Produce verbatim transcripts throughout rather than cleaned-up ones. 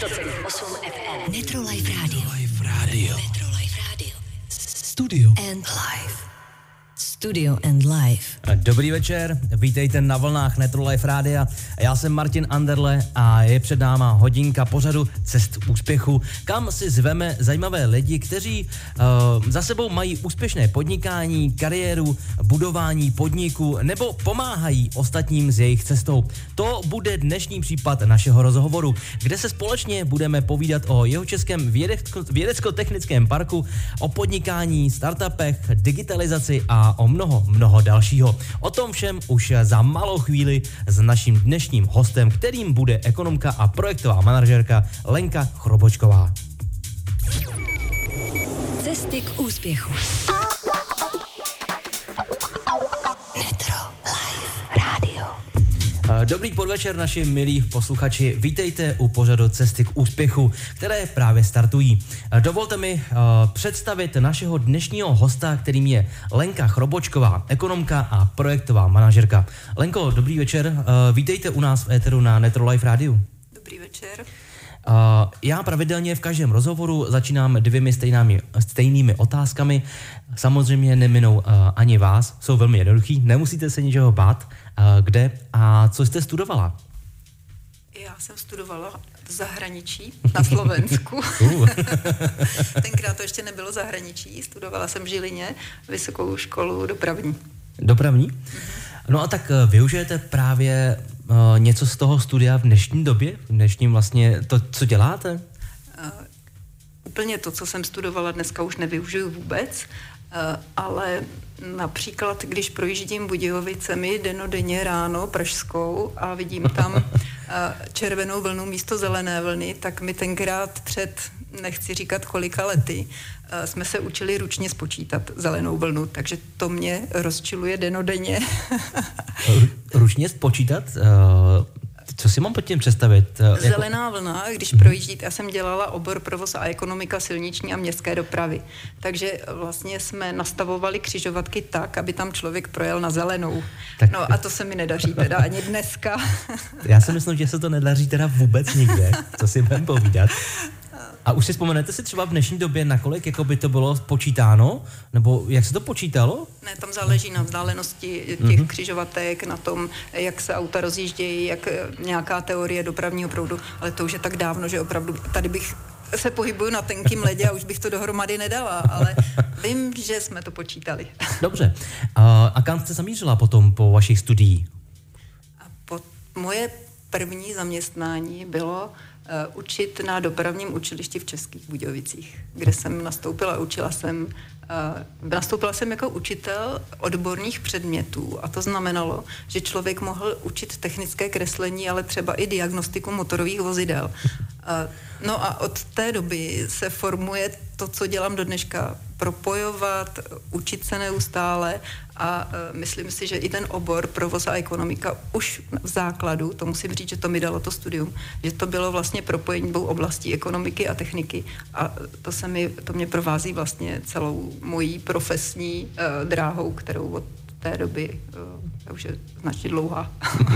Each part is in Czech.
sto celá osm ef em. Metro Life Radio. Life Radio. Metro Life Radio. Studio and Life. Studio and Life. Dobrý večer, vítejte na vlnách Metro Life Rádia. Já jsem Martin Anderle a je před náma hodinka pořadu Cest úspěchu, kam si zveme zajímavé lidi, kteří uh, za sebou mají úspěšné podnikání, kariéru, budování podniku nebo pomáhají ostatním s jejich cestou. To bude dnešní případ našeho rozhovoru, kde se společně budeme povídat o Jihočeském vědecko- vědecko-technickém parku, o podnikání, startupech, digitalizaci a o mnoho, mnoho dalšího. O tom všem už za malou chvíli s naším dnešním hostem, kterým bude ekonomka a projektová manažerka Lenka Chrobočková. Cesty k úspěchu. Metro Life Radio. Dobrý podvečer, naši milí posluchači. Vítejte u pořadu Cesty k úspěchu, které právě startují. Dovolte mi uh, představit našeho dnešního hosta, kterým je Lenka Chrobočková, ekonomka a projektová manažerka. Lenko, dobrý večer. Uh, vítejte u nás v éteru na Metro Life Radio. Dobrý večer. Uh, já pravidelně v každém rozhovoru začínám dvěmi stejnými, stejnými otázkami. Samozřejmě neminou uh, ani vás, jsou velmi jednoduchý, nemusíte se ničeho bát. Uh, kde a co jste studovala? Já jsem studovala v zahraničí, na Slovensku. Uh. Tenkrát to ještě nebylo zahraničí, studovala jsem v Žilině vysokou školu dopravní. Dopravní? No a tak uh, využijete právě uh, něco z toho studia v dnešní době? V dnešním vlastně to, co děláte? Uh, úplně to, co jsem studovala, dneska už nevyužiju vůbec, uh, ale například, když projíždím Budějovicemi denodenně ráno pražskou a vidím tam uh, červenou vlnu místo zelené vlny, tak mi tenkrát před, nechci říkat kolika lety, uh, jsme se učili ručně spočítat zelenou vlnu, takže to mě rozčiluje denodenně. Ručně spočítat? Uh... Co si mám pod tím představit? Zelená vlna, když projíždíte, já jsem dělala obor provoz a ekonomika silniční a městské dopravy. Takže vlastně jsme nastavovali křižovatky tak, aby tam člověk projel na zelenou. Tak... No a to se mi nedaří teda ani dneska. Já si myslím, že se to nedaří teda vůbec nikde, co si budeme povídat. A už si vzpomenete si třeba v dnešní době, na kolik jako by to bylo počítáno? Nebo jak se to počítalo? Ne, tam záleží na vzdálenosti těch mm-hmm. křižovatek, na tom, jak se auta rozjíždějí, jak nějaká teorie dopravního proudu, ale to už je tak dávno, že opravdu tady bych se pohybuju na tenkým ledě a už bych to dohromady nedala, ale vím, že jsme to počítali. Dobře. A, a kam jste zamířila potom po vašich studiích? A po, moje první zaměstnání bylo Uh, učit na dopravním učilišti v Českých Budějovicích, kde jsem nastoupila, učila jsem, uh, nastoupila jsem jako učitel odborných předmětů a to znamenalo, že člověk mohl učit technické kreslení, ale třeba i diagnostiku motorových vozidel. Uh, no a od té doby se formuje to, co dělám do dneška, propojovat, učit se neustále a uh, myslím si, že i ten obor provoz a ekonomika už v základu, to musím říct, že to mi dalo to studium, že to bylo vlastně propojení dvou oblastí ekonomiky a techniky a to se mi, to mě provází vlastně celou mojí profesní uh, dráhou, kterou od té doby uh, už je značně dlouhá.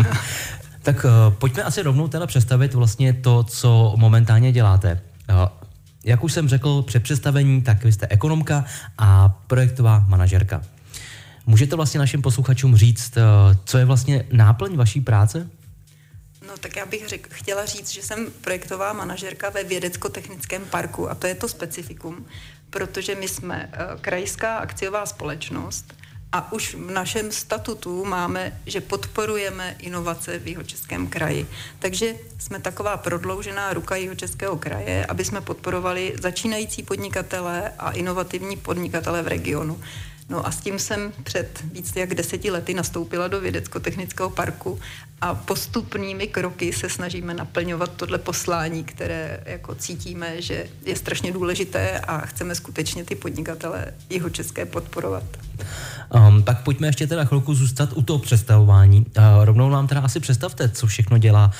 Tak uh, pojďme asi rovnou teda představit vlastně to, co momentálně děláte. Uh, jak už jsem řekl před představení, tak vy jste ekonomka a projektová manažerka. Můžete vlastně našim posluchačům říct, uh, co je vlastně náplň vaší práce? No tak já bych řek, chtěla říct, že jsem projektová manažerka ve vědecko-technickém parku a to je to specifikum, protože my jsme uh, krajská akciová společnost a už v našem statutu máme, že podporujeme inovace v Jihočeském kraji. Takže jsme taková prodloužená ruka Jihočeského kraje, aby jsme podporovali začínající podnikatele a inovativní podnikatele v regionu. No a s tím jsem před víc jak deseti lety nastoupila do vědecko-technického parku a postupnými kroky se snažíme naplňovat tohle poslání, které jako cítíme, že je strašně důležité a chceme skutečně ty podnikatele jihočeské podporovat. Um, tak pojďme ještě teda chvilku zůstat u toho představování. Uh, rovnou nám teda asi představte, co všechno dělá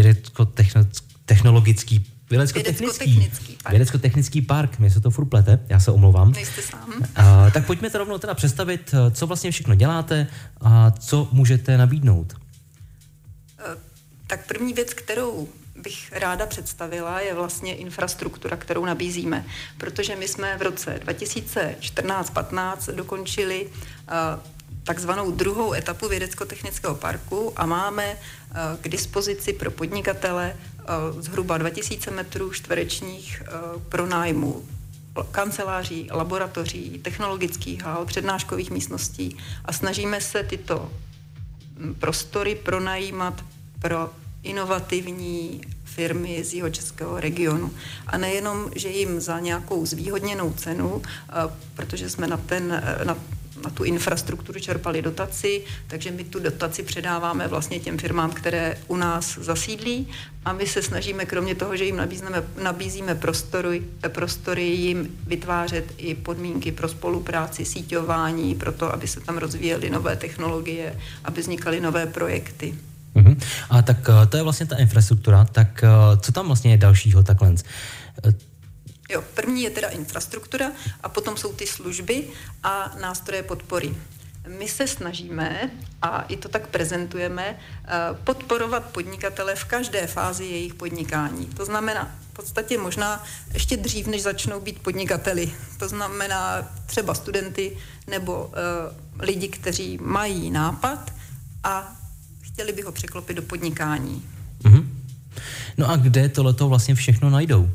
vědecko-technologický Vědecko-technický, Vědecko-technický park. Vědecko-technický park, mě se to furt plete, já se omlouvám. Nejste sám. A, tak pojďme to rovnou teda představit, co vlastně všechno děláte a co můžete nabídnout. Tak první věc, kterou bych ráda představila, je vlastně infrastruktura, kterou nabízíme. Protože my jsme v roce dva tisíce čtrnáct patnáct dokončili takzvanou druhou etapu vědecko-technického parku a máme k dispozici pro podnikatele zhruba dva tisíce metrů čtverečních pronájmu kanceláří, laboratoří, technologických hal, přednáškových místností a snažíme se tyto prostory pronajímat pro inovativní firmy z jihočeského regionu. A nejenom, že jim za nějakou zvýhodněnou cenu, protože jsme na, ten, na, na tu infrastrukturu čerpali dotaci, takže my tu dotaci předáváme vlastně těm firmám, které u nás zasídlí a my se snažíme, kromě toho, že jim nabízíme, nabízíme prostory, prostory, jim vytvářet i podmínky pro spolupráci, síťování, pro to, aby se tam rozvíjely nové technologie, aby vznikaly nové projekty. Uhum. A tak to je vlastně ta infrastruktura, tak co tam vlastně je dalšího takhle? Jo, první je teda infrastruktura a potom jsou ty služby a nástroje podpory. My se snažíme, a i to tak prezentujeme, podporovat podnikatele v každé fázi jejich podnikání. To znamená v podstatě možná ještě dřív, než začnou být podnikateli. To znamená třeba studenty nebo uh, lidi, kteří mají nápad a chtěli by ho překlopit do podnikání. Mm-hmm. No a kde tohleto vlastně všechno najdou?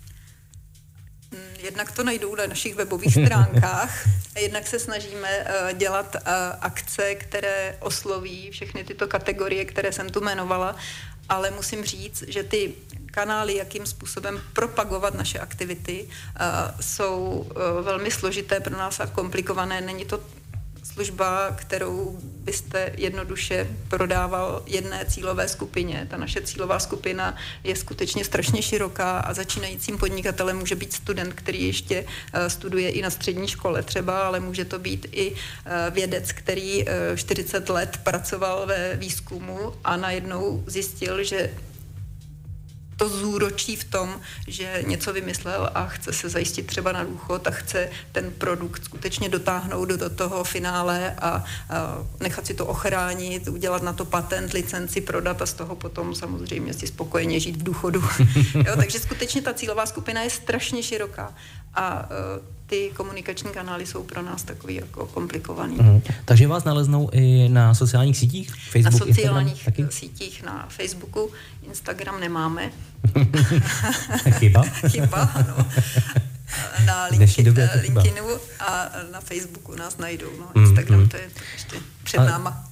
Jednak to najdou na našich webových stránkách, jednak se snažíme uh, dělat uh, akce, které osloví všechny tyto kategorie, které jsem tu jmenovala, ale musím říct, že ty kanály, jakým způsobem propagovat naše aktivity, uh, jsou uh, velmi složité pro nás a komplikované. Není to služba, kterou byste jednoduše prodával jedné cílové skupině. Ta naše cílová skupina je skutečně strašně široká a začínajícím podnikatelem může být student, který ještě studuje i na střední škole třeba, ale může to být i vědec, který čtyřicet let pracoval ve výzkumu a najednou zjistil, že to zúročí v tom, že něco vymyslel a chce se zajistit třeba na důchod a chce ten produkt skutečně dotáhnout do, do toho finále a, a nechat si to ochránit, udělat na to patent, licenci, prodat a z toho potom samozřejmě si spokojeně žít v důchodu. Jo, takže skutečně ta cílová skupina je strašně široká a ty komunikační kanály jsou pro nás takový jako komplikovaný. Mm. Takže vás naleznou i na sociálních sítích? Facebook, na sociálních Instagram, sítích, na Facebooku, Instagram nemáme. Chyba. Chyba, ano. Na LinkedIn, LinkedInu a na Facebooku nás najdou. No. Instagram, mm, to je to ještě před a, náma.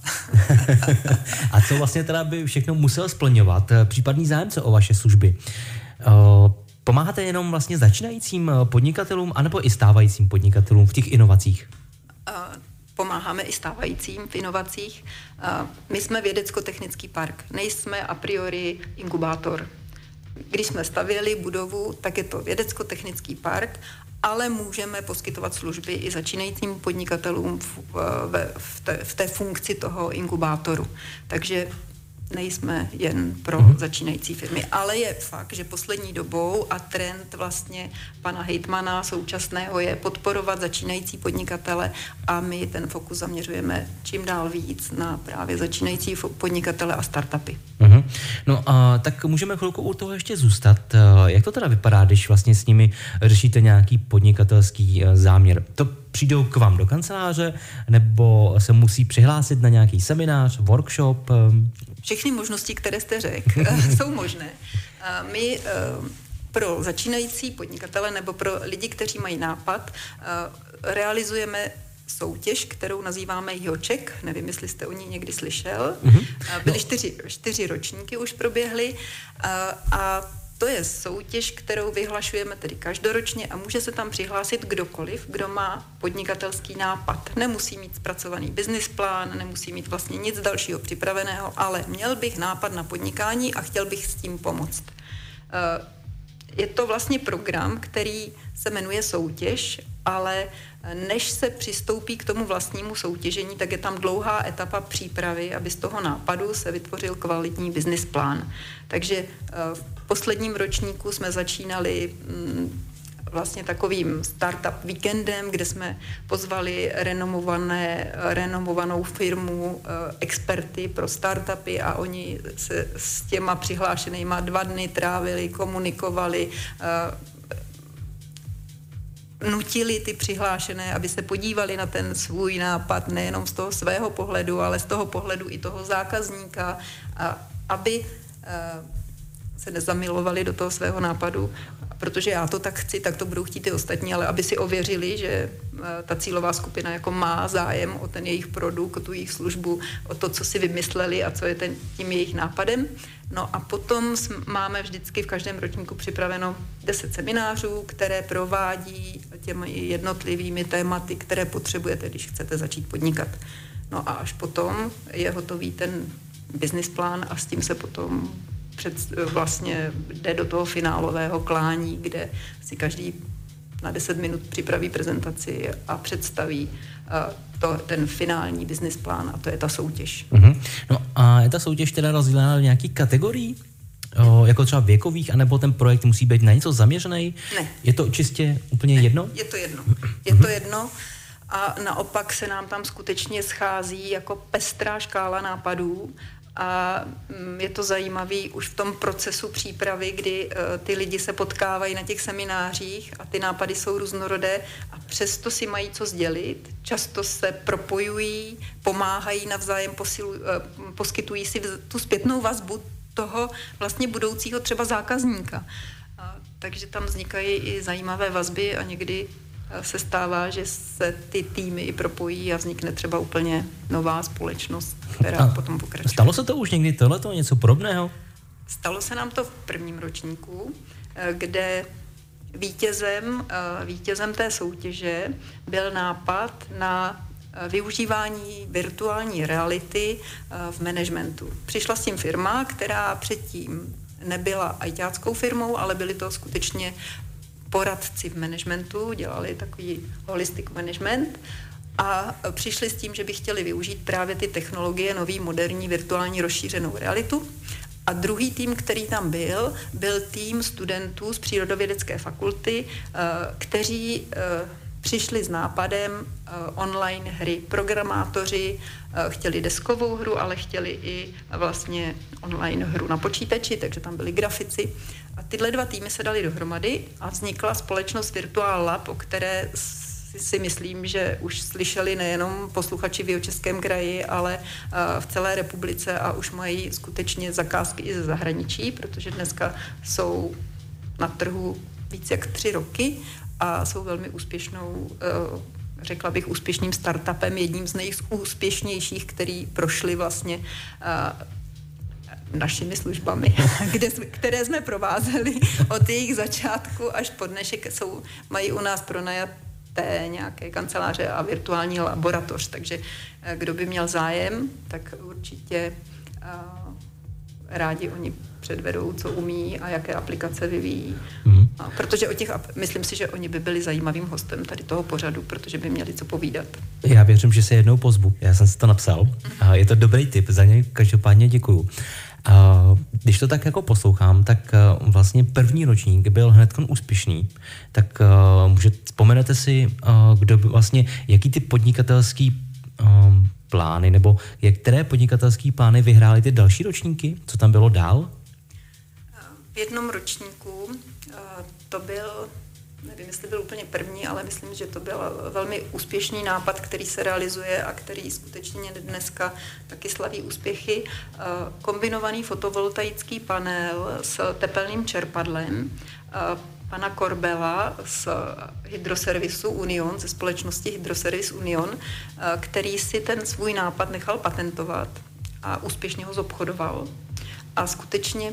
A co vlastně teda by všechno musel splňovat případný zájemce o vaše služby? Uh, Pomáháte jenom vlastně začínajícím podnikatelům anebo i stávajícím podnikatelům v těch inovacích? Pomáháme i stávajícím v inovacích. My jsme vědecko-technický park, nejsme a priori inkubátor. Když jsme stavěli budovu, tak je to vědecko-technický park, ale můžeme poskytovat služby i začínajícím podnikatelům v, v, v, té, v té funkci toho inkubátoru. Takže nejsme jen pro mm. začínající firmy, ale je fakt, že poslední dobou a trend vlastně pana hejtmana současného je podporovat začínající podnikatele a my ten fokus zaměřujeme čím dál víc na právě začínající podnikatele a startupy. Mm. No a tak můžeme chvilku u toho ještě zůstat. Jak to teda vypadá, když vlastně s nimi řešíte nějaký podnikatelský záměr? To přijdou k vám do kanceláře nebo se musí přihlásit na nějaký seminář, workshop? Všechny možnosti, které jste řekl, jsou možné. My pro začínající podnikatele nebo pro lidi, kteří mají nápad, realizujeme soutěž, kterou nazýváme Joček. Nevím, jestli jste o ní někdy slyšel. Byly čtyři, čtyři ročníky už proběhly a to je soutěž, kterou vyhlašujeme tedy každoročně a může se tam přihlásit kdokoliv, kdo má podnikatelský nápad. Nemusí mít zpracovaný business plán, nemusí mít vlastně nic dalšího připraveného, ale měl bych nápad na podnikání a chtěl bych s tím pomoct. Je to vlastně program, který se jmenuje soutěž, ale než se přistoupí k tomu vlastnímu soutěžení, tak je tam dlouhá etapa přípravy, aby z toho nápadu se vytvořil kvalitní business plán. Takže v posledním ročníku jsme začínali vlastně takovým startup víkendem, kde jsme pozvali renomované, renomovanou firmu, experty pro startupy a oni se s těma přihlášenýma dva dny trávili, komunikovali, nutili ty přihlášené, aby se podívali na ten svůj nápad nejenom z toho svého pohledu, ale z toho pohledu i toho zákazníka, a aby se nezamilovali do toho svého nápadu, protože já to tak chci, tak to budou chtít i ostatní, ale aby si ověřili, že ta cílová skupina jako má zájem o ten jejich produkt, o tu jejich službu, o to, co si vymysleli a co je ten, tím jejich nápadem. No a potom máme vždycky v každém ročníku připraveno deset seminářů, které provádí těmi jednotlivými tématy, které potřebujete, když chcete začít podnikat. No a až potom je hotový ten business plán a s tím se potom před, vlastně jde do toho finálového klání, kde si každý na deset minut připraví prezentaci a představí uh, to, ten finální business plán, a to je ta soutěž. Mm-hmm. No a je ta soutěž teda rozdělená do nějakých kategorií? O, jako třeba věkových, anebo ten projekt musí být na něco zaměřený? Ne. Je to čistě úplně ne, jedno? Je to jedno. Je to jedno a naopak se nám tam skutečně schází jako pestrá škála nápadů. A je to zajímavý už v tom procesu přípravy, kdy uh, ty lidi se potkávají na těch seminářích a ty nápady jsou různorodé a přesto si mají co sdělit. Často se propojují, pomáhají navzájem, posilu, uh, poskytují si vz, tu zpětnou vazbu toho vlastně budoucího třeba zákazníka. Uh, takže tam vznikají i zajímavé vazby a někdy se stává, že se ty týmy i propojí a vznikne třeba úplně nová společnost, která a potom pokračuje. Stalo se to už někdy tohleto, něco podobného? Stalo se nám to v prvním ročníku, kde vítězem, vítězem té soutěže byl nápad na využívání virtuální reality v managementu. Přišla s tím firma, která předtím nebyla ajťáckou firmou, ale byly to skutečně poradci v managementu, dělali takový holistic management a přišli s tím, že by chtěli využít právě ty technologie, nový, moderní, virtuální, rozšířenou realitu. A druhý tým, který tam byl, byl tým studentů z přírodovědecké fakulty, kteří přišli s nápadem online hry. Programátoři chtěli deskovou hru, ale chtěli i vlastně online hru na počítači, takže tam byli grafici. A tyhle dva týmy se dali dohromady a vznikla společnost Virtual Lab, o které si myslím, že už slyšeli nejenom posluchači v Jihočeském kraji, ale v celé republice a už mají skutečně zakázky i ze zahraničí, protože dneska jsou na trhu víc jak tři roky a jsou velmi úspěšnou, řekla bych, úspěšným startupem, jedním z nejúspěšnějších, který prošli vlastně našimi službami, kde, které jsme provázeli od jejich začátku až po dnešek. Jsou, mají u nás pronajaté nějaké kanceláře a virtuální laboratoř, takže kdo by měl zájem, tak určitě uh, rádi oni předvedou, co umí a jaké aplikace vyvíjí. Mm. A protože o těch, myslím si, že oni by byli zajímavým hostem tady toho pořadu, protože by měli co povídat. Já věřím, že se jednou pozvu. Já jsem si to napsal. Mm. Je to dobrý tip, za něj každopádně děkuju. Když to tak jako poslouchám, tak vlastně první ročník byl hned úspěšný. Tak můžete, vzpomenete si, kdo by vlastně, jaký ty podnikatelský um, plány, nebo jak, které podnikatelský plány vyhrály ty další ročníky? Co tam bylo dál? V jednom ročníku to byl, nevím, jestli byl úplně první, ale myslím, že to byl velmi úspěšný nápad, který se realizuje a který skutečně dneska taky slaví úspěchy. Kombinovaný fotovoltaický panel s tepelným čerpadlem pana Korbela z hydroservisu Union, ze společnosti Hydroservis Union, který si ten svůj nápad nechal patentovat a úspěšně ho zobchodoval. A skutečně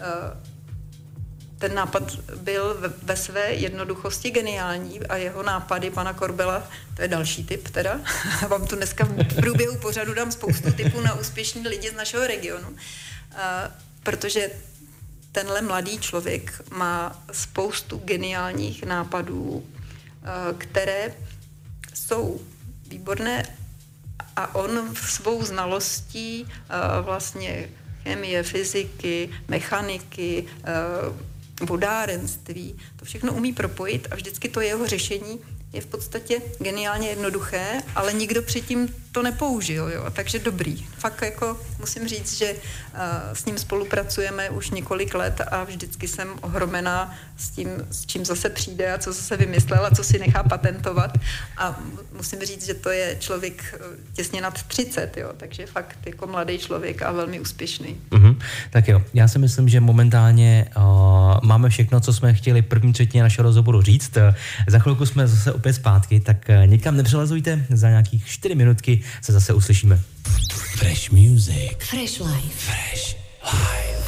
ten nápad byl ve své jednoduchosti geniální a jeho nápady pana Korbela, to je další tip teda, vám tu dneska v průběhu pořadu dám spoustu tipů na úspěšní lidi z našeho regionu, protože tenhle mladý člověk má spoustu geniálních nápadů, které jsou výborné a on svou znalostí vlastně chemie, fyziky, mechaniky, vodárenství, to všechno umí propojit a vždycky to jeho řešení je v podstatě geniálně jednoduché, ale nikdo předtím to nepoužil, jo, takže dobrý. Fakt jako musím říct, že uh, s ním spolupracujeme už několik let a vždycky jsem ohromená s tím, s čím zase přijde a co zase vymyslel a co si nechá patentovat a musím říct, že to je člověk těsně nad třicet, jo, takže fakt jako mladý člověk a velmi úspěšný. Mm-hmm. Tak jo, já si myslím, že momentálně uh, máme všechno, co jsme chtěli první třetině našeho rozhovoru říct. Za chvilku jsme zase opět zpátky, tak uh, nikam nepřelezujte, za nějakých čtyři minutky se zase uslyšíme. Fresh music. Fresh life. Fresh life.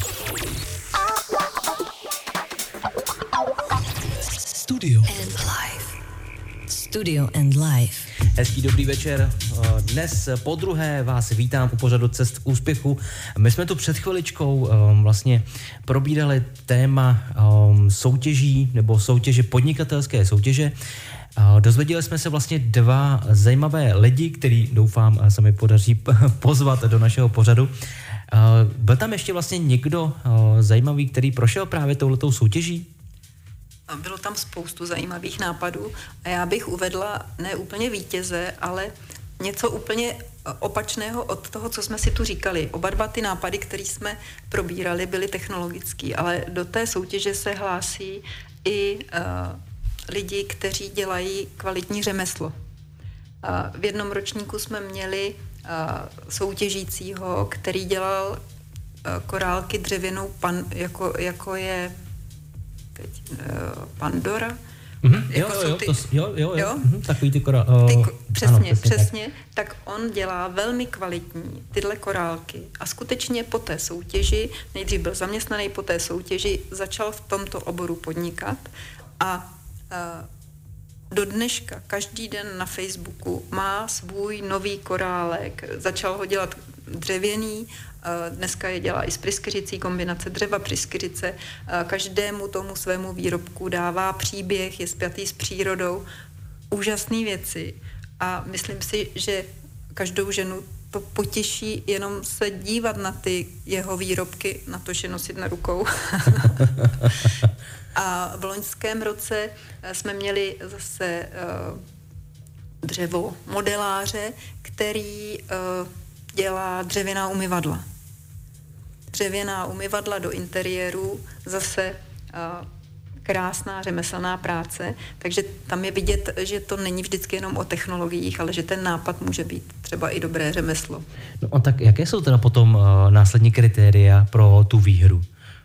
Studio and life. Studio and life. Hezký dobrý večer. Dnes po druhé vás vítám u pořadu Cest k úspěchu. My jsme tu před chviličkou um, vlastně probírali téma um, soutěží nebo soutěže, podnikatelské soutěže. Uh, dozvěděli jsme se vlastně dva zajímavé lidi, který doufám se mi podaří pozvat do našeho pořadu. Uh, byl tam ještě vlastně někdo uh, zajímavý, který prošel právě touhletou soutěží? Bylo tam spoustu zajímavých nápadů a já bych uvedla ne úplně vítěze, ale něco úplně opačného od toho, co jsme si tu říkali. Oba dva ty nápady, které jsme probírali, byly technologický, ale do té soutěže se hlásí i uh, lidi, kteří dělají kvalitní řemeslo. Uh, v jednom ročníku jsme měli uh, soutěžícího, který dělal uh, korálky dřevěnou pan, jako, jako je teď, uh, Pandora. Mm-hmm. Jako jo, jo, ty, to, jo, jo, jo. jo? Mm-hmm. Takový ty korálky. Uh, ty, přesně, ano, přesně, přesně. Tak. tak on dělá velmi kvalitní tyhle korálky a skutečně po té soutěži, nejdřív byl zaměstnaný, po té soutěži začal v tomto oboru podnikat a uh, do dneška každý den na Facebooku má svůj nový korálek, začal ho dělat dřevěný, dneska je dělá i s pryskyřicí, kombinace dřeva, pryskyřice, každému tomu svému výrobku dává příběh, je spjatý s přírodou, úžasné věci a myslím si, že každou ženu to potěší jenom se dívat na ty jeho výrobky, na to, že nosit na rukou. A v loňském roce jsme měli zase uh, dřevo modeláře, který uh, dělá dřevěná umyvadla. Dřevěná umyvadla do interiéru, zase uh, krásná řemeslná práce, takže tam je vidět, že to není vždycky jenom o technologiích, ale že ten nápad může být třeba i dobré řemeslo. No tak jaké jsou teda potom uh, následní kritéria pro tu výhru?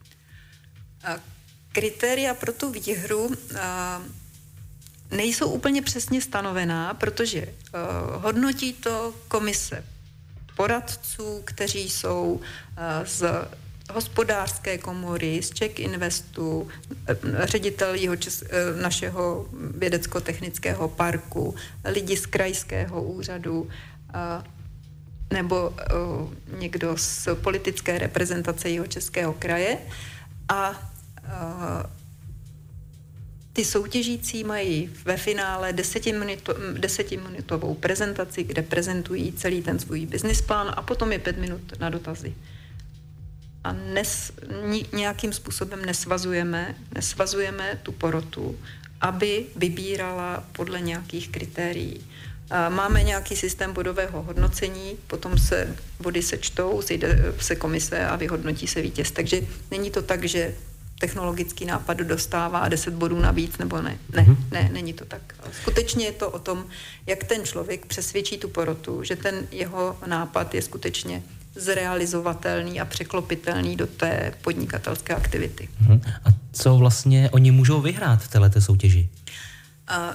Uh, Kritéria pro tu výhru uh, nejsou úplně přesně stanovená, protože uh, hodnotí to komise poradců, kteří jsou uh, z hospodářské komory, z Czech Investu, ředitel jeho čes, uh, našeho vědecko-technického parku, lidi z krajského úřadu, uh, nebo uh, někdo z politické reprezentace Jihočeského kraje a Uh, ty soutěžící mají ve finále desetiminutovou prezentaci, kde prezentují celý ten svůj business plán a potom je pět minut na dotazy. A nes, ni, nějakým způsobem nesvazujeme, nesvazujeme tu porotu, aby vybírala podle nějakých kritérií. Uh, máme nějaký systém bodového hodnocení, potom se body sečtou, sejde se komise a vyhodnotí se vítěz. Takže není to tak, že technologický nápad dostává deset bodů navíc, nebo ne. Ne, mm-hmm. ne, není to tak. Skutečně je to o tom, jak ten člověk přesvědčí tu porotu, že ten jeho nápad je skutečně zrealizovatelný a překlopitelný do té podnikatelské aktivity. Mm-hmm. A co vlastně oni můžou vyhrát v této soutěži? A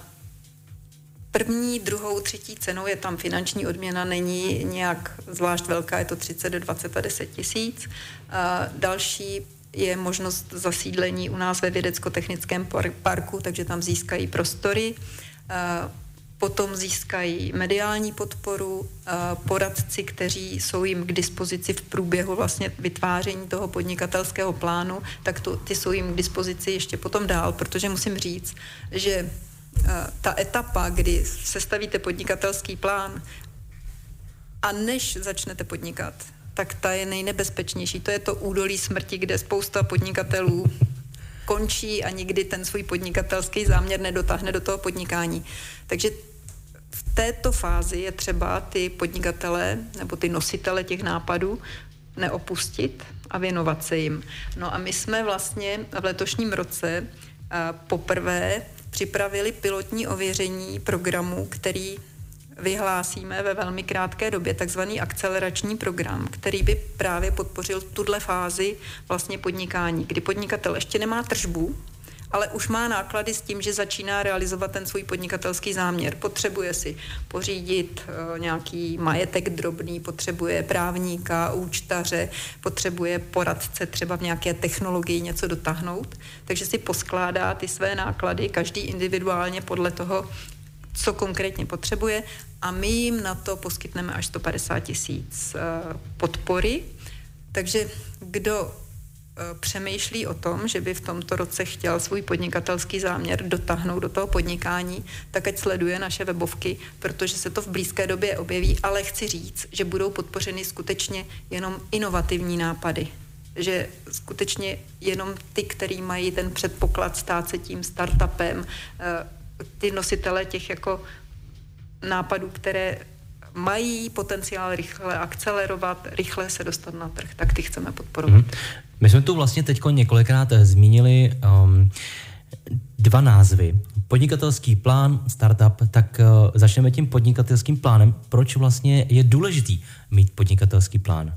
první, druhou, třetí cenou je tam finanční odměna, není nějak zvlášť velká, je to třicet, dvacet a deset tisíc. A další je možnost zasídlení u nás ve vědecko-technickém parku, takže tam získají prostory, potom získají mediální podporu, poradci, kteří jsou jim k dispozici v průběhu vlastně vytváření toho podnikatelského plánu, tak to, ty jsou jim k dispozici ještě potom dál, protože musím říct, že ta etapa, kdy sestavíte podnikatelský plán a než začnete podnikat, tak ta je nejnebezpečnější. To je to údolí smrti, kde spousta podnikatelů končí a nikdy ten svůj podnikatelský záměr nedotáhne do toho podnikání. Takže v této fázi je třeba ty podnikatele nebo ty nositele těch nápadů neopustit a věnovat se jim. No a my jsme vlastně v letošním roce poprvé připravili pilotní ověření programu, který vyhlásíme ve velmi krátké době, takzvaný akcelerační program, který by právě podpořil tuhle fázi vlastně podnikání, kdy podnikatel ještě nemá tržbu, ale už má náklady s tím, že začíná realizovat ten svůj podnikatelský záměr. Potřebuje si pořídit e, nějaký majetek drobný, potřebuje právníka, účtaře, potřebuje poradce třeba v nějaké technologii něco dotáhnout, takže si poskládá ty své náklady, každý individuálně podle toho, co konkrétně potřebuje a my jim na to poskytneme až sto padesát tisíc e, podpory. Takže kdo přemýšlí o tom, že by v tomto roce chtěl svůj podnikatelský záměr dotáhnout do toho podnikání, tak ať sleduje naše webovky, protože se to v blízké době objeví, ale chci říct, že budou podpořeny skutečně jenom inovativní nápady. Že skutečně jenom ty, který mají ten předpoklad stát se tím startupem, ty nositele těch jako nápadů, které mají potenciál rychle akcelerovat, rychle se dostat na trh, tak ty chceme podporovat. Hmm. My jsme tu vlastně teď několikrát zmínili um, dva názvy. Podnikatelský plán, startup, tak uh, začneme tím podnikatelským plánem. Proč vlastně je důležitý mít podnikatelský plán?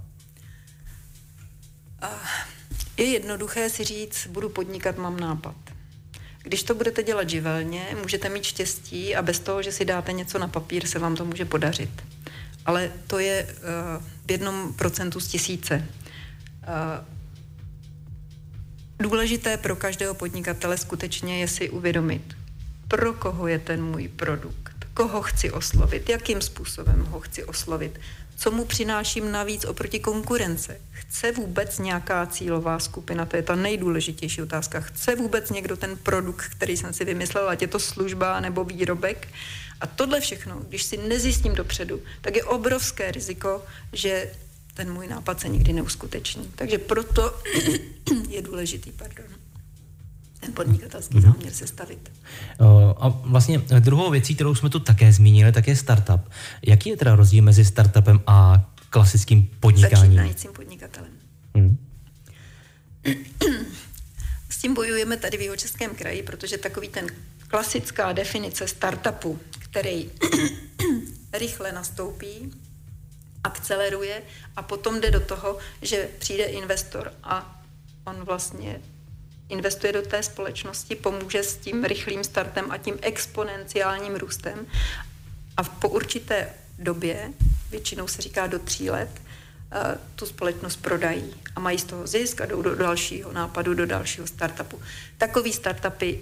Uh, je jednoduché si říct, budu podnikat, mám nápad. Když to budete dělat živelně, můžete mít štěstí a bez toho, že si dáte něco na papír, se vám to může podařit. Ale to je uh, v jednom procentu z tisíce. Uh, důležité pro každého podnikatele skutečně je si uvědomit, pro koho je ten můj produkt, koho chci oslovit, jakým způsobem ho chci oslovit, co mu přináším navíc oproti konkurence. Chce vůbec nějaká cílová skupina, to je ta nejdůležitější otázka, chce vůbec někdo ten produkt, který jsem si vymyslel, ať je to služba nebo výrobek. A tohle všechno, když si nezjistím dopředu, tak je obrovské riziko, že ten můj nápad se nikdy neuskuteční. Takže proto je důležitý, pardon, ten podnikatelský mm-hmm. záměr sestavit. A vlastně druhou věcí, kterou jsme tu také zmínili, tak je startup. Jaký je teda rozdíl mezi startupem a klasickým podnikáním? Začínajícím podnikatelem. Mm. S tím bojujeme tady v Jihočeském kraji, protože takový ten klasická definice startupu, který rychle nastoupí, akceleruje a potom jde do toho, že přijde investor a on vlastně investuje do té společnosti, pomůže s tím rychlým startem a tím exponenciálním růstem a po určité době, většinou se říká do tří let, tu společnost prodají a mají z toho zisk a jdou do dalšího nápadu, do dalšího startupu. Takový startupy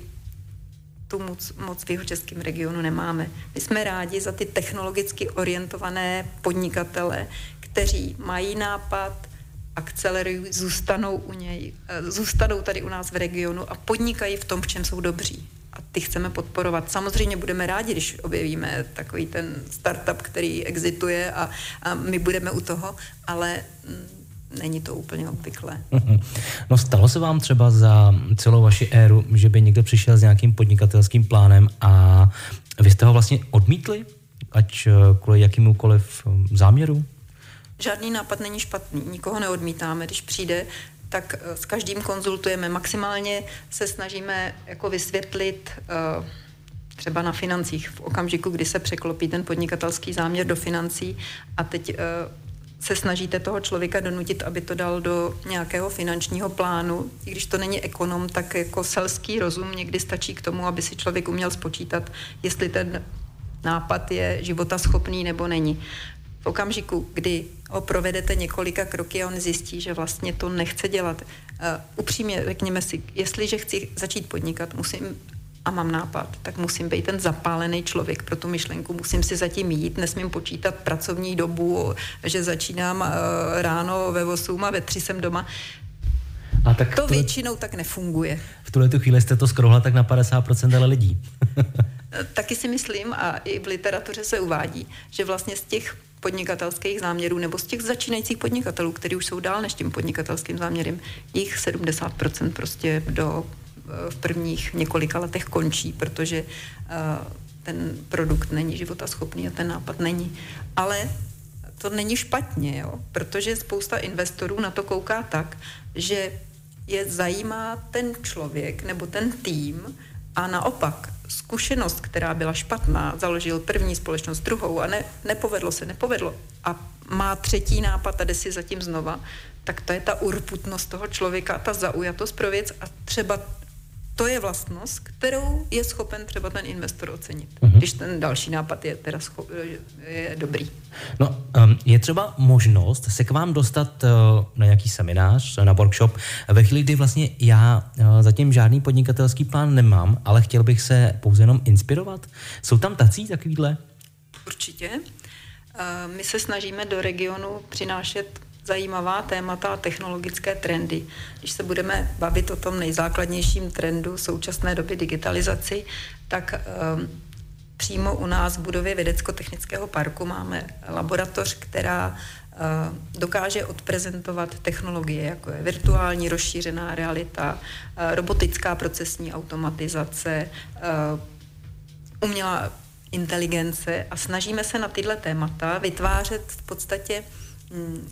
tu moc, moc v jihočeském regionu nemáme. My jsme rádi za ty technologicky orientované podnikatele, kteří mají nápad, akcelerují, zůstanou u něj, zůstanou tady u nás v regionu a podnikají v tom, v čem jsou dobří. A ty chceme podporovat. Samozřejmě budeme rádi, když objevíme takový ten startup, který existuje a, a my budeme u toho, ale m, není to úplně obvyklé. No stalo se vám třeba za celou vaši éru, že by někdo přišel s nějakým podnikatelským plánem a vy jste ho vlastně odmítli, ať kvůli jakýmukoliv záměru? Žádný nápad není špatný, nikoho neodmítáme, když přijde, tak s každým konzultujeme. Maximálně se snažíme jako vysvětlit třeba na financích v okamžiku, kdy se překlopí ten podnikatelský záměr do financí a teď se snažíte toho člověka donutit, aby to dal do nějakého finančního plánu. I když to není ekonom, tak jako selský rozum někdy stačí k tomu, aby si člověk uměl spočítat, jestli ten nápad je životaschopný nebo není. V okamžiku, kdy ho provedete několika kroky a on zjistí, že vlastně to nechce dělat. Uh, upřímně řekněme si, jestliže chci začít podnikat, musím a mám nápad, tak musím být ten zapálený člověk pro tu myšlenku, musím si zatím jít, nesmím počítat pracovní dobu, že začínám uh, ráno ve osm a ve tři jsem doma. A tak to tuhle, většinou tak nefunguje. V tuhle tu chvíli jste to skrouhla tak na padesát procent lidí. Taky si myslím, a i v literatuře se uvádí, že vlastně z těch podnikatelských záměrů nebo z těch začínajících podnikatelů, kteří už jsou dál než tím podnikatelským záměrem, jich sedmdesát procent prostě do v prvních několika letech končí, protože ten produkt není životaschopný a ten nápad není. Ale to není špatně, jo? Protože spousta investorů na to kouká tak, že je zajímá ten člověk nebo ten tým a naopak zkušenost, která byla špatná, založil první společnost, druhou a ne, nepovedlo se, nepovedlo a má třetí nápad a jde si zatím znova, tak to je ta urputnost toho člověka, ta zaujatost pro věc a třeba to je vlastnost, kterou je schopen třeba ten investor ocenit, mm-hmm. když ten další nápad je teda scho- je dobrý. No, um, je třeba možnost se k vám dostat uh, na nějaký seminář, na workshop, ve chvíli, kdy vlastně já uh, zatím žádný podnikatelský plán nemám, ale chtěl bych se pouze jenom inspirovat. Jsou tam tací takovýhle? Určitě. Uh, my se snažíme do regionu přinášet zajímavá témata a technologické trendy. Když se budeme bavit o tom nejzákladnějším trendu současné doby digitalizaci, tak um, přímo u nás v budově Vědecko-technického parku máme laboratoř, která uh, dokáže odprezentovat technologie, jako je virtuální rozšířená realita, uh, robotická procesní automatizace, uh, umělá inteligence a snažíme se na tyhle témata vytvářet v podstatě um,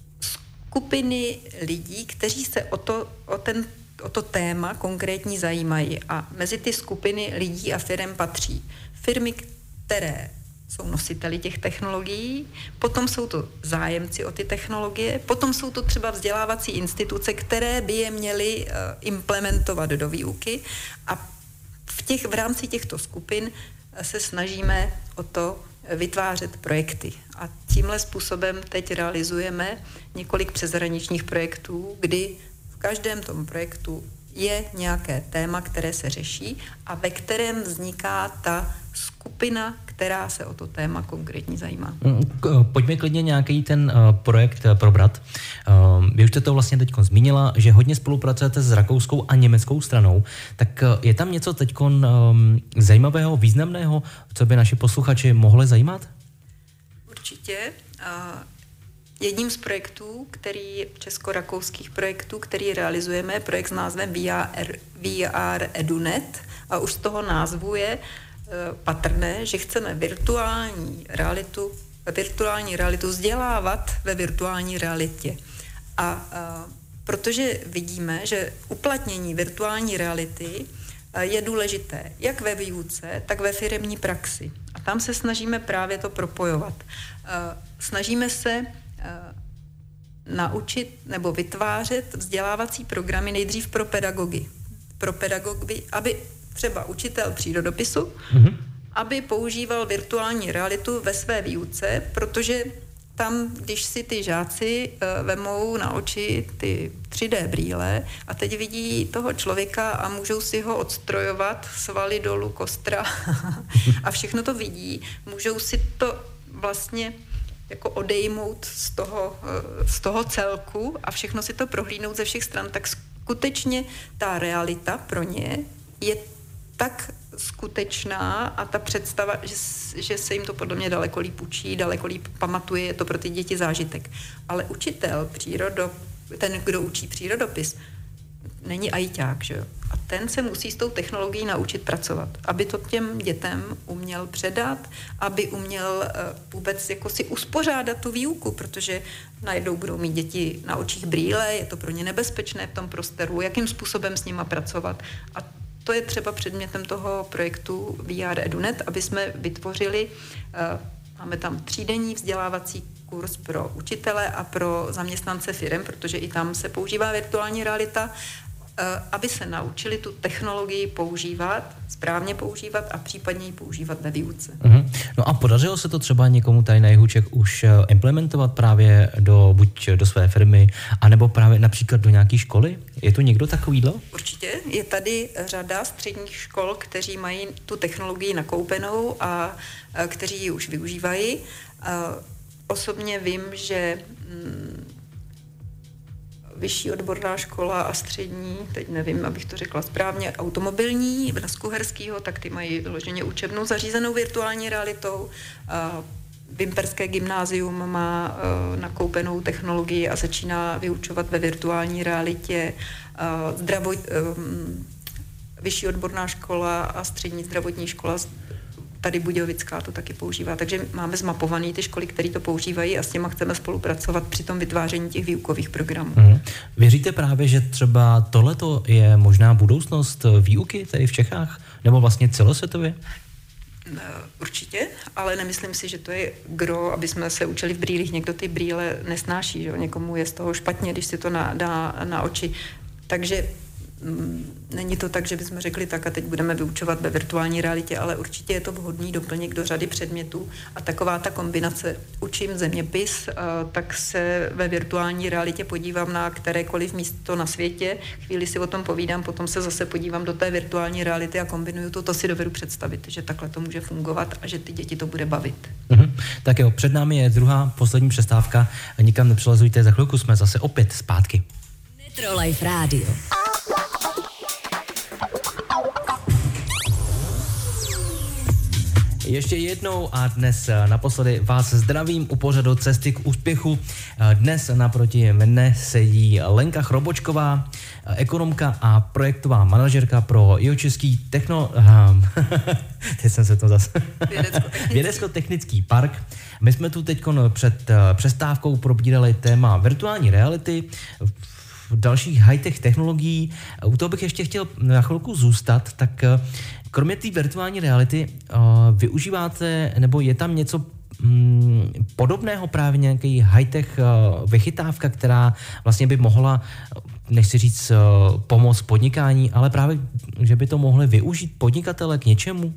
skupiny lidí, kteří se o to, o, ten, o to téma konkrétní zajímají a mezi ty skupiny lidí a firem patří firmy, které jsou nositeli těch technologií, potom jsou to zájemci o ty technologie, potom jsou to třeba vzdělávací instituce, které by je měly uh, implementovat do výuky a v, těch, v rámci těchto skupin se snažíme o to vytvářet projekty. A tímhle způsobem teď realizujeme několik přeshraničních projektů, kdy v každém tom projektu je nějaké téma, které se řeší a ve kterém vzniká ta skupina, která se o to téma konkrétně zajímá. Pojďme klidně nějaký ten uh, projekt uh, probrat. Uh, vy už jste to vlastně teď zmínila, že hodně spolupracujete s rakouskou a německou stranou, tak uh, je tam něco teď um, zajímavého, významného, co by naši posluchači mohli zajímat? Určitě. Uh, jedním z projektů, který česko-rakouských projektů, který realizujeme, je projekt s názvem V R, V R EduNet a už z toho názvu je patrné, že chceme virtuální realitu, virtuální realitu vzdělávat ve virtuální realitě. A, a protože vidíme, že uplatnění virtuální reality je důležité jak ve výuce, tak ve firemní praxi. A tam se snažíme právě to propojovat. Snažíme se naučit nebo vytvářet vzdělávací programy nejdřív pro pedagogy. Pro pedagogy, aby třeba učitel přírodopisu, mm-hmm. aby používal virtuální realitu ve své výuce, protože tam, když si ty žáci uh, vemou na oči ty tři dé brýle a teď vidí toho člověka a můžou si ho odstrojovat, svaly dolů, kostra a všechno to vidí, můžou si to vlastně jako odejmout z toho, uh, z toho celku a všechno si to prohlídnout ze všech stran, tak skutečně ta realita pro ně je tak skutečná a ta představa, že, že se jim to podle mě daleko líp učí, daleko líp pamatuje, je to pro ty děti zážitek. Ale učitel, přírodo, ten, kdo učí přírodopis, není ajťák, že jo? A ten se musí s tou technologií naučit pracovat, aby to těm dětem uměl předat, aby uměl uh, vůbec jako si uspořádat tu výuku, protože najednou budou mít děti na očích brýle, je to pro ně nebezpečné v tom prostoru, jakým způsobem s nima pracovat. A to je třeba předmětem toho projektu V R EduNet, aby jsme vytvořili, uh, máme tam třídenní vzdělávací kurz pro učitele a pro zaměstnance firem, protože i tam se používá virtuální realita, aby se naučili tu technologii používat, správně používat a případně ji používat ve výuce. Mm-hmm. No a podařilo se to třeba někomu tady na jihu Čech už implementovat právě do, buď do své firmy, anebo právě například do nějaké školy? Je tu někdo takovýhle? Určitě. Je tady řada středních škol, kteří mají tu technologii nakoupenou a, a kteří ji už využívají. A osobně vím, že mm, vyšší odborná škola a střední, teď nevím, abych to řekla správně, automobilní, na Skuherskýho, tak ty mají vyloženě učebnu zařízenou virtuální realitou. Vimperské gymnázium má uh, nakoupenou technologii a začíná vyučovat ve virtuální realitě. Uh, zdravo, um, vyšší odborná škola a střední zdravotní škola tady Budějovická to taky používá. Takže máme zmapované ty školy, které to používají a s těma chceme spolupracovat při tom vytváření těch výukových programů. Mm. Věříte právě, že třeba tohleto je možná budoucnost výuky tady v Čechách? Nebo vlastně celosvětově? Určitě, ale nemyslím si, že to je gro, aby jsme se učili v brýlích. Někdo ty brýle nesnáší, že? Někomu je z toho špatně, když si to na, dá na oči. Takže není to tak, že bychom řekli tak a teď budeme vyučovat ve virtuální realitě, ale určitě je to vhodný doplněk do řady předmětů a taková ta kombinace učím zeměpis, tak se ve virtuální realitě podívám na kterékoliv místo na světě, chvíli si o tom povídám, potom se zase podívám do té virtuální reality a kombinuju to, to si dovedu představit, že takhle to může fungovat a že ty děti to bude bavit. Mhm. Tak jo, před námi je druhá, poslední přestávka, nikam nepřelezujte, za chvilku jsme zase opět zpátky. Metro Life Radio. Ještě jednou a dnes naposledy vás zdravím u pořadu Cesty k úspěchu. Dnes naproti mne sedí Lenka Chrobočková, ekonomka a projektová manažerka pro Jihočeský techno... Teď jsem se to zase... Vědecko-technický park. My jsme tu teď před přestávkou probírali téma virtuální reality, dalších high-tech technologií. U toho bych ještě chtěl na chvilku zůstat, tak kromě té virtuální reality uh, využíváte, nebo je tam něco mm, podobného, právě nějaký high-tech uh, vychytávka, která vlastně by mohla, nechci říct uh, pomoct podnikání, ale právě, že by to mohli využít podnikatele k něčemu?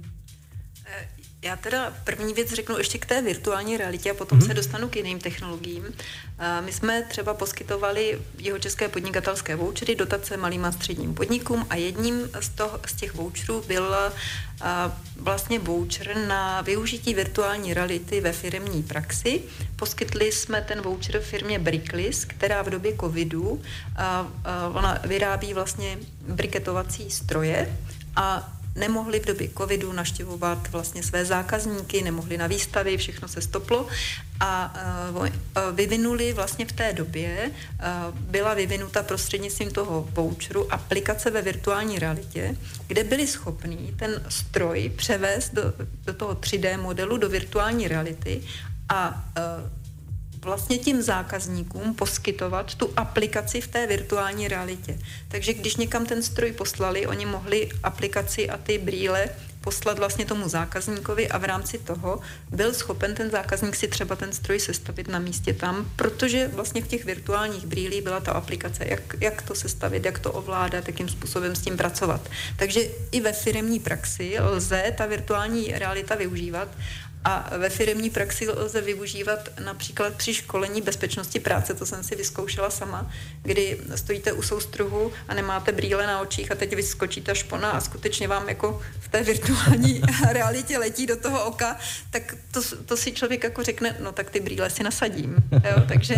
Já teda první věc řeknu ještě k té virtuální realitě a potom mm-hmm. se dostanu k jiným technologiím. My jsme třeba poskytovali jihočeské podnikatelské vouchery, dotace malým a středním podnikům a jedním z, toho, z těch voucherů byl vlastně voucher na využití virtuální reality ve firemní praxi. Poskytli jsme ten voucher firmě Bricklist, která v době covidu ona vyrábí vlastně briketovací stroje a nemohli v době covidu navštěvovat vlastně své zákazníky, nemohli na výstavy, všechno se stoplo a uh, vyvinuli vlastně v té době, uh, byla vyvinuta prostřednictvím toho voucheru aplikace ve virtuální realitě, kde byli schopní ten stroj převést do, do toho tři dé modelu, do virtuální reality a uh, vlastně tím zákazníkům poskytovat tu aplikaci v té virtuální realitě. Takže když někam ten stroj poslali, oni mohli aplikaci a ty brýle poslat vlastně tomu zákazníkovi a v rámci toho byl schopen ten zákazník si třeba ten stroj sestavit na místě tam, protože vlastně v těch virtuálních brýlích byla ta aplikace, jak, jak to sestavit, jak to ovládat, jakým způsobem s tím pracovat. Takže i ve firemní praxi lze ta virtuální realita využívat a ve firemní praxi lze využívat například při školení bezpečnosti práce, to jsem si vyzkoušela sama, kdy stojíte u soustruhu a nemáte brýle na očích a teď vyskočí ta špona a skutečně vám jako v té virtuální realitě letí do toho oka, tak to, to si člověk jako řekne, no tak ty brýle si nasadím. Jo? Takže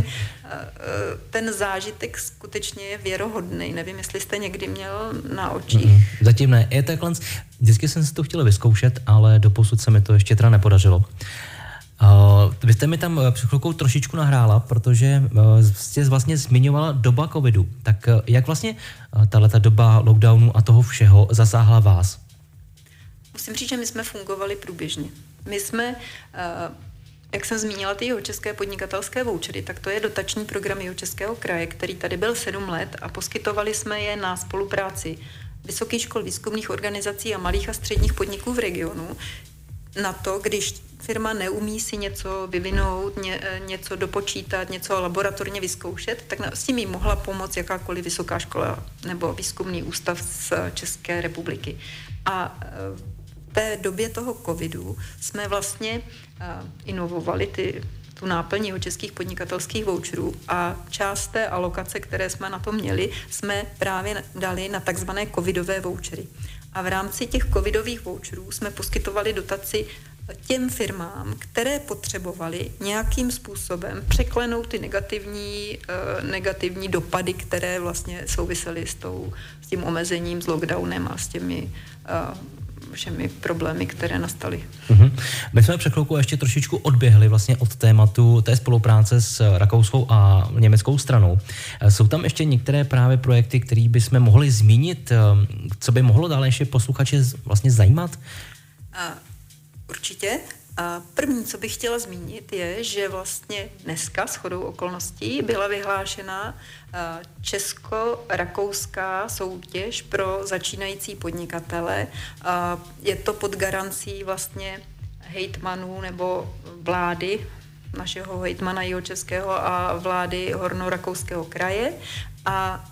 ten zážitek skutečně je věrohodný. Nevím, jestli jste někdy měl na očích. Mm, zatím ne. Je takhle, vždycky jsem si to chtěl vyzkoušet, ale doposud se mi to ještě teda nepodařilo. Uh, vy jste mi tam před chvilkou trošičku nahrála, protože uh, jste vlastně zmiňovala doba covidu. Tak uh, jak vlastně uh, tahleta doba lockdownu a toho všeho zasáhla vás? Musím říct, že my jsme fungovali průběžně. My jsme, uh, jak jsem zmínila, ty jihočeské podnikatelské vouchery, tak to je dotační program Jihočeského kraje, který tady byl sedm let a poskytovali jsme je na spolupráci vysokých škol, výzkumných organizací a malých a středních podniků v regionu na to, když firma neumí si něco vyvinout, ně, něco dopočítat, něco laboratorně vyzkoušet, tak s tím jí mohla pomoct jakákoliv vysoká škola nebo výzkumný ústav z České republiky. A v té době toho covidu jsme vlastně inovovali ty, tu náplň jihočeských podnikatelských voucherů a část té alokace, které jsme na to měli, jsme právě dali na takzvané covidové vouchery. A v rámci těch covidových voucherů jsme poskytovali dotaci těm firmám, které potřebovaly nějakým způsobem překlenout ty negativní, uh, negativní dopady, které vlastně souvisely s, tou, s tím omezením, s lockdownem a s těmi uh, všemi problémy, které nastaly. Mm-hmm. My jsme před chvilkou ještě trošičku odběhli vlastně od tématu té spolupráce s rakouskou a německou stranou. Jsou tam ještě některé právě projekty, které bychom mohli zmínit, co by mohlo dále ještě posluchače vlastně zajímat? A určitě. A první, co bych chtěla zmínit, je, že vlastně dneska shodou okolností byla vyhlášena česko-rakouská soutěž pro začínající podnikatele. Je to pod garancí vlastně hejtmanů nebo vlády, našeho hejtmana Jihočeského a vlády Hornorakouského kraje a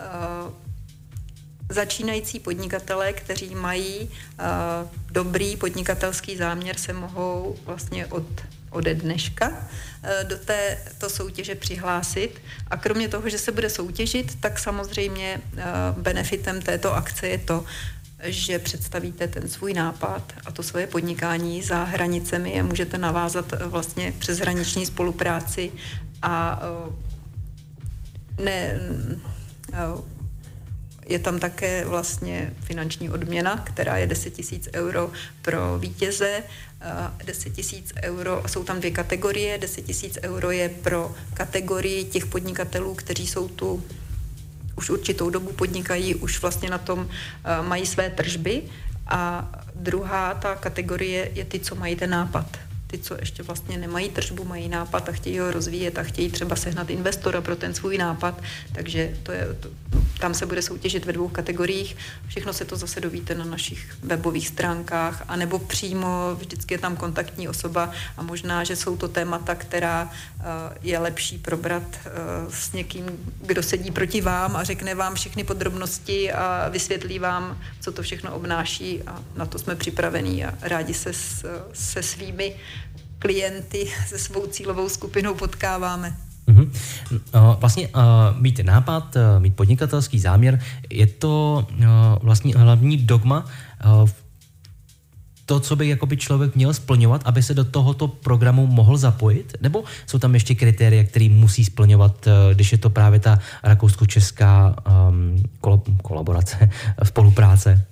začínající podnikatelé, kteří mají uh, dobrý podnikatelský záměr, se mohou vlastně od, ode dneška uh, do této soutěže přihlásit. A kromě toho, že se bude soutěžit, tak samozřejmě uh, benefitem této akce je to, že představíte ten svůj nápad a to svoje podnikání za hranicemi a můžete navázat uh, vlastně přeshraniční spolupráci a uh, ne... Uh, Je tam také vlastně finanční odměna, která je deset tisíc euro pro vítěze, deset tisíc euro, a jsou tam dvě kategorie, deset tisíc euro je pro kategorii těch podnikatelů, kteří jsou tu už určitou dobu podnikají, už vlastně na tom mají své tržby, a druhá ta kategorie je ty, co mají ten nápad. Ty, co ještě vlastně nemají tržbu, mají nápad a chtějí ho rozvíjet a chtějí třeba sehnat investora pro ten svůj nápad, takže to je, to, tam se bude soutěžit ve dvou kategoriích. Všechno se to zase dovíte na našich webových stránkách, anebo přímo, vždycky je tam kontaktní osoba a možná, že jsou to témata, která uh, je lepší probrat uh, s někým, kdo sedí proti vám a řekne vám všechny podrobnosti a vysvětlí vám, co to všechno obnáší, a na to jsme připravení a rádi se s, se svými klienty, se svou cílovou skupinou potkáváme. Mm-hmm. Vlastně uh, mít nápad, uh, mít podnikatelský záměr, je to uh, vlastně hlavní dogma, uh, to, co by jakoby člověk měl splňovat, aby se do tohoto programu mohl zapojit? Nebo jsou tam ještě kritéria, které musí splňovat, uh, když je to právě ta rakousko-česká um, kol- kolaborace, spolupráce?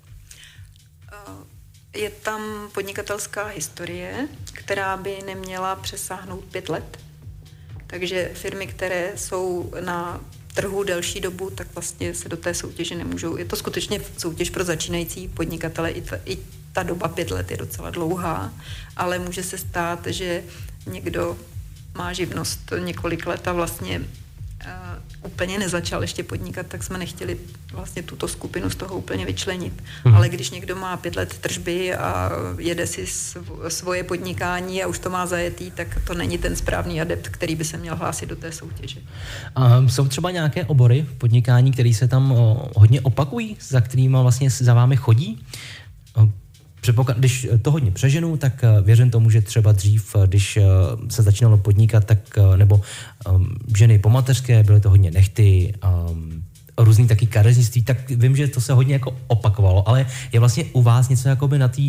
Je tam podnikatelská historie, která by neměla přesáhnout pět let. Takže firmy, které jsou na trhu delší dobu, tak vlastně se do té soutěže nemůžou. Je to skutečně soutěž pro začínající podnikatele. I ta, i ta doba pět let je docela dlouhá, ale může se stát, že někdo má živnost několik let a vlastně Uh, úplně nezačal ještě podnikat, tak jsme nechtěli vlastně tuto skupinu z toho úplně vyčlenit. Hmm. Ale když někdo má pět let tržby a jede si sv- svoje podnikání a už to má zajetý, tak to není ten správný adept, který by se měl hlásit do té soutěže. A jsou třeba nějaké obory v podnikání, které se tam o, hodně opakují, za kterými vlastně za vámi chodí? O, Předpoklad, když to hodně přeženu, tak věřím tomu, že třeba dřív, když se začínalo podnikat, tak nebo um, ženy po mateřské, byly to hodně nechty, um, různý taky kadeřnictví, tak vím, že to se hodně jako opakovalo, ale je vlastně u vás něco jakoby na té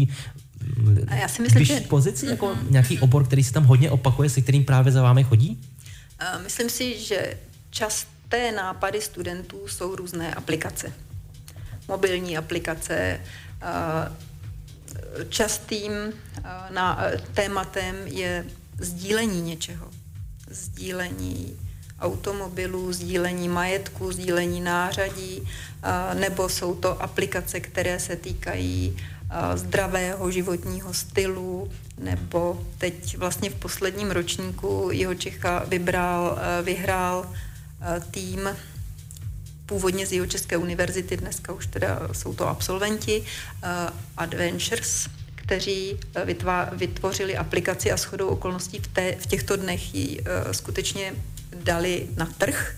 vyšší pozici, mm-hmm. jako nějaký obor, který se tam hodně opakuje, se kterým právě za vámi chodí? Uh, myslím si, že časté nápady studentů jsou různé aplikace. Mobilní aplikace, uh, Častým na, tématem je sdílení něčeho. Sdílení automobilů, sdílení majetku, sdílení nářadí, nebo jsou to aplikace, které se týkají zdravého životního stylu, nebo teď vlastně v posledním ročníku Jihočecha vybral, vyhrál tým původně z Jihočeské univerzity, dneska už teda jsou to absolventi, uh, Adventures, kteří vytvá, vytvořili aplikaci a shodou okolností v, té, v těchto dnech ji uh, skutečně dali na trh.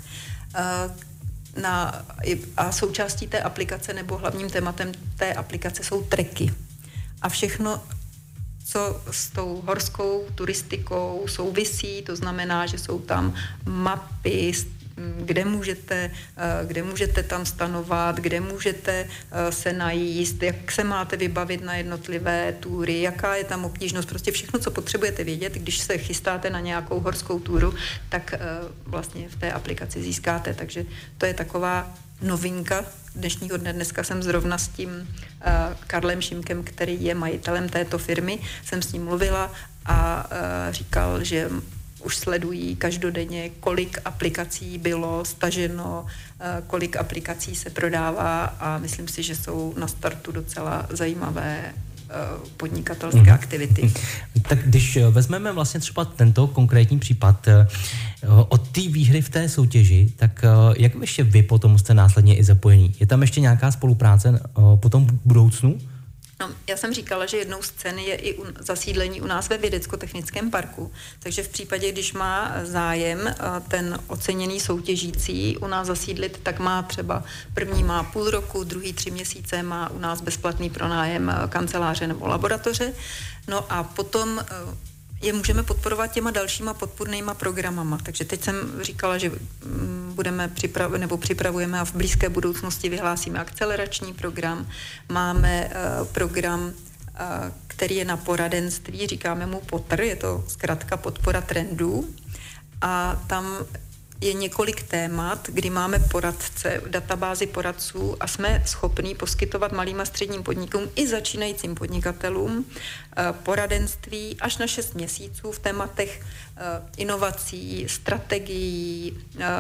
Uh, na, a součástí té aplikace nebo hlavním tématem té aplikace jsou treky. A všechno, co s tou horskou turistikou souvisí, to znamená, že jsou tam mapy, kde můžete, kde můžete tam stanovat, kde můžete se najíst, jak se máte vybavit na jednotlivé túry, jaká je tam obtížnost, prostě všechno, co potřebujete vědět, když se chystáte na nějakou horskou túru, tak vlastně v té aplikaci získáte, takže to je taková novinka dnešního dne. Dneska jsem zrovna s tím uh, Karlem Šimkem, který je majitelem této firmy, jsem s ním mluvila a uh, říkal, že už sledují každodenně, kolik aplikací bylo staženo, uh, kolik aplikací se prodává a myslím si, že jsou na startu docela zajímavé podnikatelské mm. aktivity. Tak když vezmeme vlastně třeba tento konkrétní případ od té výhry v té soutěži, tak jak ještě vy potom jste následně i zapojení? Je tam ještě nějaká spolupráce potom v budoucnu? No, já jsem říkala, že jednou z cen je i u, zasídlení u nás ve vědecko-technickém parku. Takže v případě, když má zájem ten oceněný soutěžící u nás zasídlit, tak má třeba první má půl roku, druhý tři měsíce má u nás bezplatný pronájem kanceláře nebo laboratoře. No a potom je můžeme podporovat těma dalšíma podpůrnýma programama. Takže teď jsem říkala, že budeme připrav- nebo připravujeme a v blízké budoucnosti vyhlásíme akcelerační program. Máme uh, program, uh, který je na poradenství, říkáme mu POTR, je to zkrátka podpora trendů. A tam je několik témat, kdy máme poradce, databázi poradců a jsme schopní poskytovat malým a středním podnikům i začínajícím podnikatelům poradenství až na šest měsíců v tématech inovací, strategií,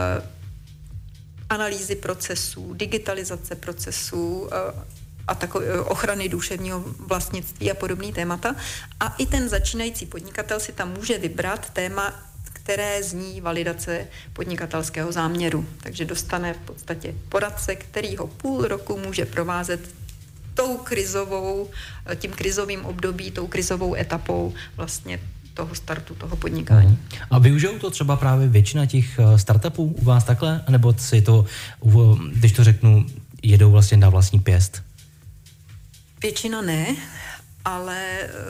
analýzy procesů, digitalizace procesů a takové ochrany duševního vlastnictví a podobný témata. A i ten začínající podnikatel si tam může vybrat téma, které zní validace podnikatelského záměru. Takže dostane v podstatě poradce, který ho půl roku může provázet tou krizovou, tím krizovým období, tou krizovou etapou vlastně toho startu, toho podnikání. A využijou to třeba právě většina těch startupů u vás takhle? Nebo si to, když to řeknu, jedou vlastně na vlastní pěst? Většina ne, ale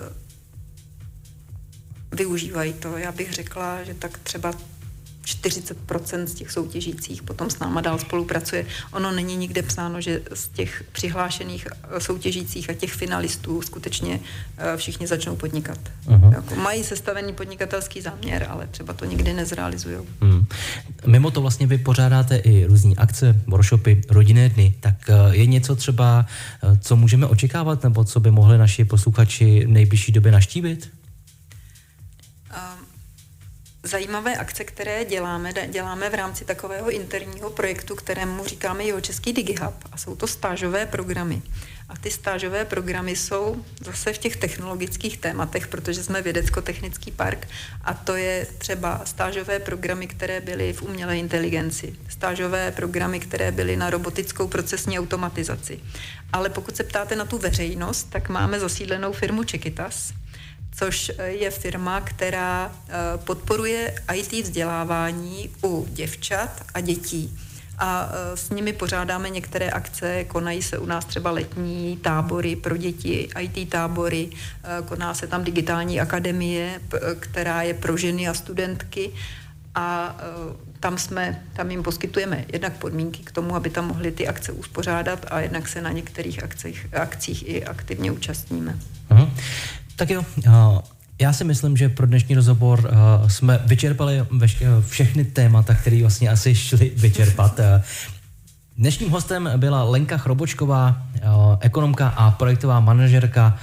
využívají to. Já bych řekla, že tak třeba čtyřicet procent z těch soutěžících potom s náma dál spolupracuje. Ono není nikde psáno, že z těch přihlášených soutěžících a těch finalistů skutečně všichni začnou podnikat. Uh-huh. Jako mají sestavený podnikatelský záměr, ale třeba to nikdy nezrealizujou. Hmm. Mimo to vlastně vy pořádáte i různý akce, workshopy, rodinné dny, tak je něco třeba, co můžeme očekávat, nebo co by mohli naši posluchači v nejbližší době navštívit? Zajímavé akce, které děláme, děláme v rámci takového interního projektu, kterému říkáme Jihočeský DigiHub a jsou to stážové programy. A ty stážové programy jsou zase v těch technologických tématech, protože jsme vědecko-technický park a to je třeba stážové programy, které byly v umělé inteligenci, stážové programy, které byly na robotickou procesní automatizaci. Ale pokud se ptáte na tu veřejnost, tak máme zasídlenou firmu Čekytas, což je firma, která podporuje í té vzdělávání u děvčat a dětí. A s nimi pořádáme některé akce, konají se u nás třeba letní tábory pro děti, í té tábory, koná se tam digitální akademie, která je pro ženy a studentky a tam jsme, tam jim poskytujeme jednak podmínky k tomu, aby tam mohli ty akce uspořádat a jednak se na některých akcích, akcích i aktivně účastníme. Aha. Tak jo, já si myslím, že pro dnešní rozhovor jsme vyčerpali všechny témata, které vlastně asi šli vyčerpat. Dnešním hostem byla Lenka Chrobočková, ekonomka a projektová manažerka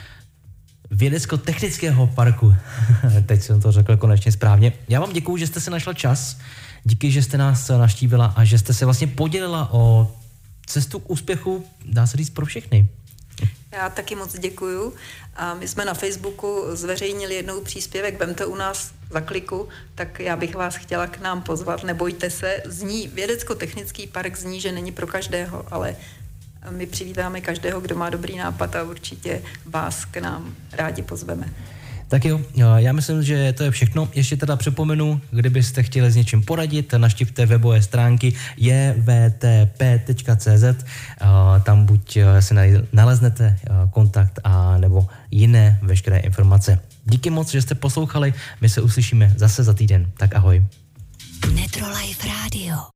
Vědecko-technického parku. Teď jsem to řekl konečně správně. Já vám děkuju, že jste si našla čas. Díky, že jste nás navštívila a že jste se vlastně podělila o cestu k úspěchu, dá se říct, pro všechny. Já taky moc děkuju. A my jsme na Facebooku zveřejnili jednou příspěvek, vemte u nás za kliku, tak já bych vás chtěla k nám pozvat, nebojte se. Zní, vědecko-technický park zní, že není pro každého, ale my přivítáme každého, kdo má dobrý nápad a určitě vás k nám rádi pozveme. Tak jo, já myslím, že to je všechno. Ještě teda připomenu, kdybyste chtěli s něčím poradit, navštivte webové stránky j v t p tečka c z. Tam buď si naleznete kontakt a nebo jiné veškeré informace. Díky moc, že jste poslouchali. My se uslyšíme zase za týden. Tak ahoj. Netrolife Radio.